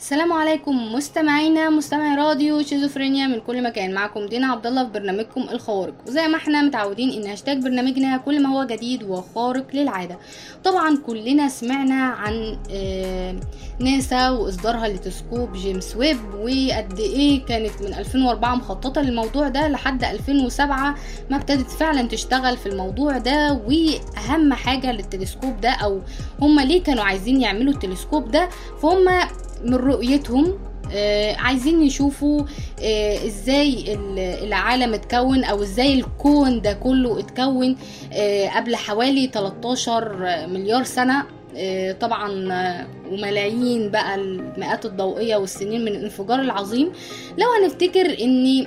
السلام عليكم مستمعينا مستمعي راديو شيزوفرينيا من كل مكان. معكم دينا عبد الله في برنامجكم الخوارق، وزي ما احنا متعودين ان هاشتاج برنامجنا كل ما هو جديد وخارق للعاده. طبعا كلنا سمعنا عن ناسا واصدارها لتلسكوب جيمس ويب، وقد ايه كانت من 2004 مخططه للموضوع ده لحد 2007 ما ابتدت فعلا تشتغل في الموضوع ده. واهم حاجه للتلسكوب ده، او هم ليه كانوا عايزين يعملوا التلسكوب ده، فهم من رؤيتهم عايزين يشوفوا ازاي العالم اتكون، او ازاي الكون ده كله اتكون قبل حوالي 13 مليار سنة. طبعا وملايين بقى المئات الضوئية والسنين من الانفجار العظيم. لو هنفتكر ان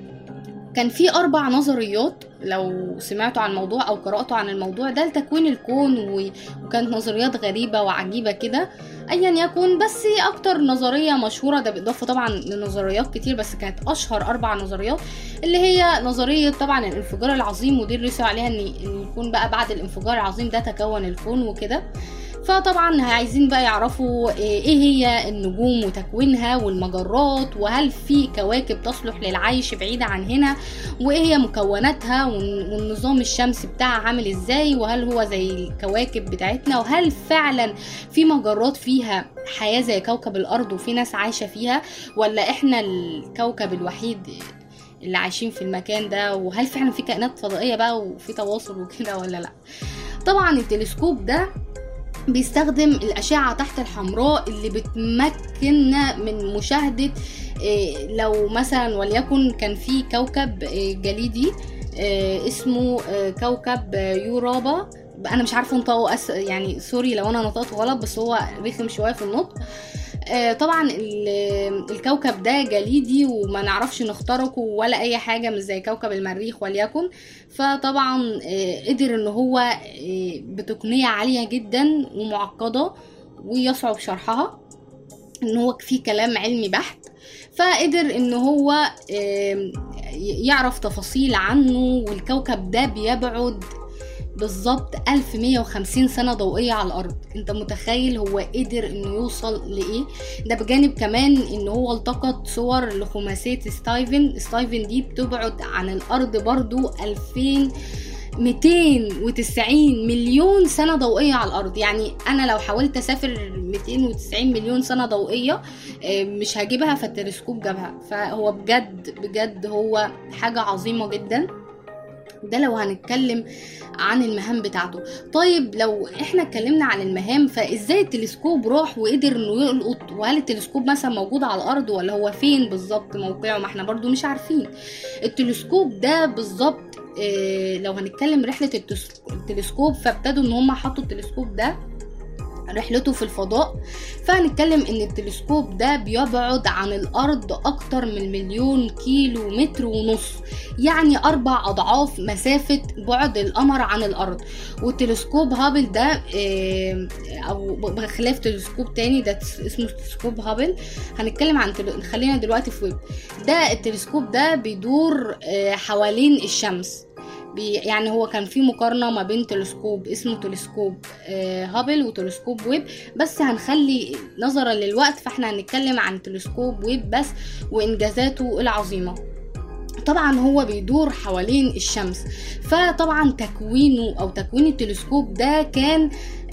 كان في 4 نظريات، لو سمعتوا عن الموضوع او قرأتوا عن الموضوع ده، لتكوين الكون، وكانت نظريات غريبة وعجيبة كده ايا يكن. بس اكتر نظرية مشهورة، ده بالاضافة طبعا لنظريات كتير، بس كانت اشهر 4 نظريات، اللي هي نظرية طبعا الانفجار العظيم، ودي رسوا عليها ان يكون بقى بعد الانفجار العظيم ده تكون الكون وكده. فطبعا عايزين بقى يعرفوا ايه هي النجوم وتكوينها والمجرات، وهل في كواكب تصلح للعيش بعيدة عن هنا، وايه هي مكوناتها، والنظام الشمسي بتاعها عامل ازاي، وهل هو زي الكواكب بتاعتنا، وهل فعلا في مجرات فيها حياة زي كوكب الارض وفي ناس عايشة فيها، ولا احنا الكوكب الوحيد اللي عايشين في المكان ده، وهل فعلا في كائنات فضائية بقى وفي تواصل وكده ولا لا. طبعا التلسكوب ده بيستخدم الأشعة تحت الحمراء اللي بتمكننا من مشاهدة لو مثلا وليكن كان في كوكب جليدي اسمه كوكب يورابا. انا مش عارفه انطقه يعني سوري لو انا نطقته غلط، بس هو رخم شويه في النطق. طبعا الكوكب ده جليدي وما نعرفش نخترقه ولا اي حاجة، مش زي كوكب المريخ وليكن. فطبعا قدر ان هو بتقنية عالية جدا ومعقدة ويصعب شرحها، ان هو في كلام علمي بحت، فقدر ان هو يعرف تفاصيل عنه. والكوكب ده بيبعد بالظبط 1150 سنة ضوئية على الأرض. انت متخيل هو قدر انه يوصل لإيه؟ ده بجانب كمان ان هو التقط صور لخماسية ستايفن دي بتبعد عن الأرض برضو 2290 مليون سنة ضوئية على الأرض. يعني أنا لو حاولت أسافر 290 مليون سنة ضوئية مش هجيبها، فالتلسكوب جابها. فهو بجد هو حاجة عظيمة جدا. ده لو هنتكلم عن المهام بتاعته. طيب لو احنا اتكلمنا عن المهام، فازاي التلسكوب راح وقدر انه يلقط؟ وهل التلسكوب مثلا موجود على الارض ولا هو فين بالظبط موقعه؟ ما احنا برضو مش عارفين. التلسكوب ده بالظبط لو هنتكلم رحلة التلسكوب، فابتدوا ان هم حطوا التلسكوب ده رحلته في الفضاء. فهنتكلم ان التلسكوب ده بيبعد عن الارض اكتر من 1,000,000 كيلو متر ونص، يعني 4 اضعاف مسافة بعد القمر عن الارض. والتلسكوب هابل ده او بخلاف تلسكوب تاني ده اسمه تلسكوب هابل، هنتكلم عن خلينا دلوقتي في ويب. ده التلسكوب ده بيدور حوالين الشمس. يعني هو كان في مقارنة ما بين تلسكوب اسمه تلسكوب هابل وتلسكوب ويب، بس هنخلي نظرا للوقت فاحنا هنتكلم عن تلسكوب ويب بس وإنجازاته العظيمة. طبعا هو بيدور حوالين الشمس. فطبعا تكوين التلسكوب ده كان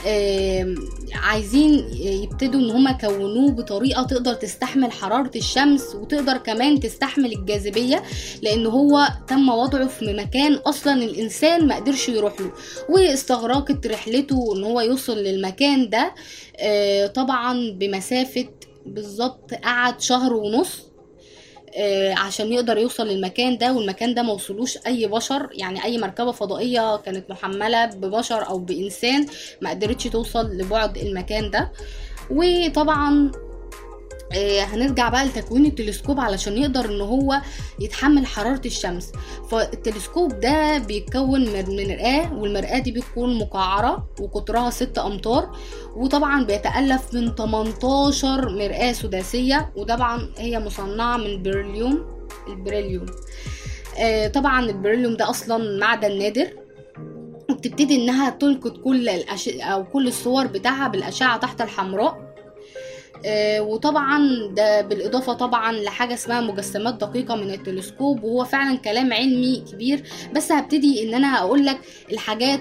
عايزين يبتدوا ان هما كونوه بطريقة تقدر تستحمل حرارة الشمس، وتقدر كمان تستحمل الجاذبية، لان هو تم وضعه في مكان اصلا الانسان ما قدرش يروح له. واستغرقت رحلته ان هو يوصل للمكان ده طبعا بمسافة بالظبط قعد 1.5 شهر عشان يقدر يوصل للمكان ده. والمكان ده موصلوش اي بشر، يعني اي مركبة فضائية كانت محملة ببشر او بانسان ما قدرتش توصل لبعد المكان ده. وطبعا هنرجع بقى لتكوين التلسكوب علشان يقدر ان هو يتحمل حرارة الشمس. فالتلسكوب ده بيتكون من مرآة، والمرآة دي بتكون مقعرة وقطرها 6 أمتار، وطبعا بيتألف من 18 مرآة سداسية، وطبعا هي مصنعة من البريليوم. طبعا البريليوم ده اصلا معدن نادر، وبتبتدي انها تلقط كل الصور بتاعها بالاشعة تحت الحمراء. وطبعا ده بالاضافه طبعا لحاجه اسمها مجسمات دقيقه من التلسكوب، وهو فعلا كلام علمي كبير. بس هبتدي ان انا اقول لك الحاجات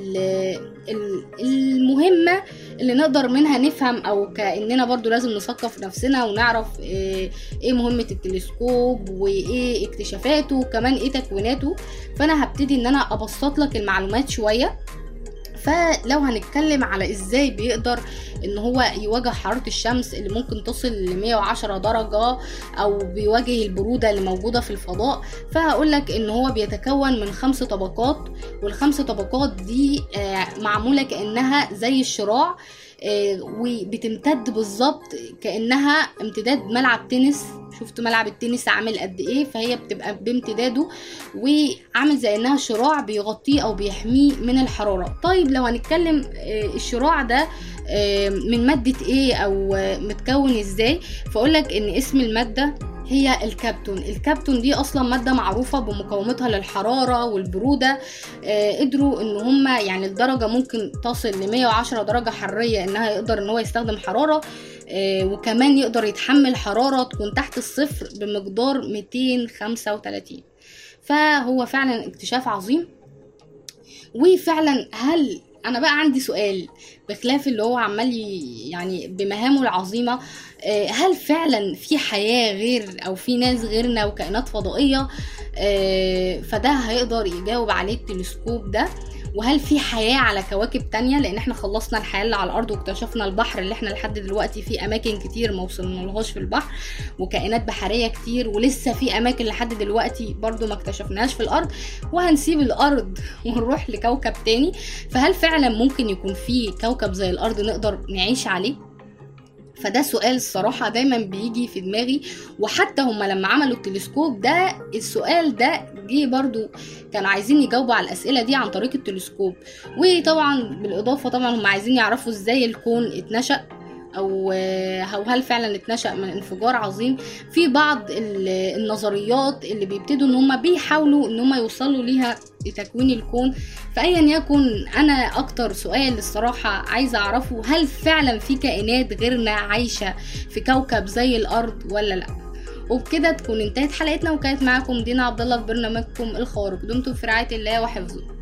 المهمه اللي نقدر منها نفهم، او كاننا برضو لازم نثقف نفسنا ونعرف ايه مهمه التلسكوب وايه اكتشافاته وكمان ايه تكويناته. فانا هبتدي ان انا ابسط لك المعلومات شويه. فلو هنتكلم على ازاي بيقدر ان هو يواجه حرارة الشمس اللي ممكن تصل ل 110 درجة، او بيواجه البرودة اللي موجودة في الفضاء، فهقولك ان هو بيتكون من 5 طبقات، وال5 طبقات دي معمولة كأنها زي الشراع، وبتمتد بالظبط كأنها امتداد ملعب تنس. شفت ملعب التنس عامل قد ايه؟ فهي بتبقى بامتداده وعامل زي انها شراع بيغطيه او بيحميه من الحرارة. طيب لو هنتكلم الشراع ده من مادة ايه او متكون ازاي، فاقولك ان اسم المادة هي الكابتون. الكابتون دي اصلا مادة معروفة بمقاومتها للحرارة والبرودة. قدروا ان هم يعني الدرجة ممكن تصل ل 110 درجة حرارية انها يقدر ان هو يستخدم حرارة، وكمان يقدر يتحمل حرارة تكون تحت الصفر بمقدار 235. فهو فعلا اكتشاف عظيم. وفعلا هل انا بقى عندي سؤال بخلاف اللي هو عمال يعني بمهامه العظيمة، هل فعلا في حياة غير او في ناس غيرنا وكائنات فضائية؟ فده هيقدر يجاوب عليه التلسكوب ده. وهل في حياة على كواكب تانية؟ لان احنا خلصنا الحياة اللي على الارض واكتشفنا البحر اللي احنا لحد دلوقتي في اماكن كتير ما وصلنالهاش في البحر، وكائنات بحرية كتير، ولسه في اماكن لحد دلوقتي برضو ما اكتشفناهاش في الارض، وهنسيب الارض ونروح لكوكب تاني. فهل فعلا ممكن يكون في كوكب زي الارض نقدر نعيش عليه؟ فده سؤال الصراحة دايما بيجي في دماغي. وحتى هما لما عملوا التلسكوب ده السؤال ده جه برضو، كانوا عايزين يجاوبوا على الأسئلة دي عن طريق التلسكوب. وطبعا بالإضافة طبعا هما عايزين يعرفوا ازاي الكون اتنشأ، او هل فعلا اتنشأ من انفجار عظيم. في بعض النظريات اللي بيبتدوا ان هم بيحاولوا ان هم يوصلوا ليها لتكوين الكون. فايا يكن انا اكتر سؤال الصراحة عايزة اعرفه، هل فعلا في كائنات غيرنا عايشة في كوكب زي الارض ولا لا؟ وبكده تكون انتهت حلقتنا، وكانت معاكم دينا عبد الله في برنامجكم الخارق. دمتم في رعاية الله وحفظه.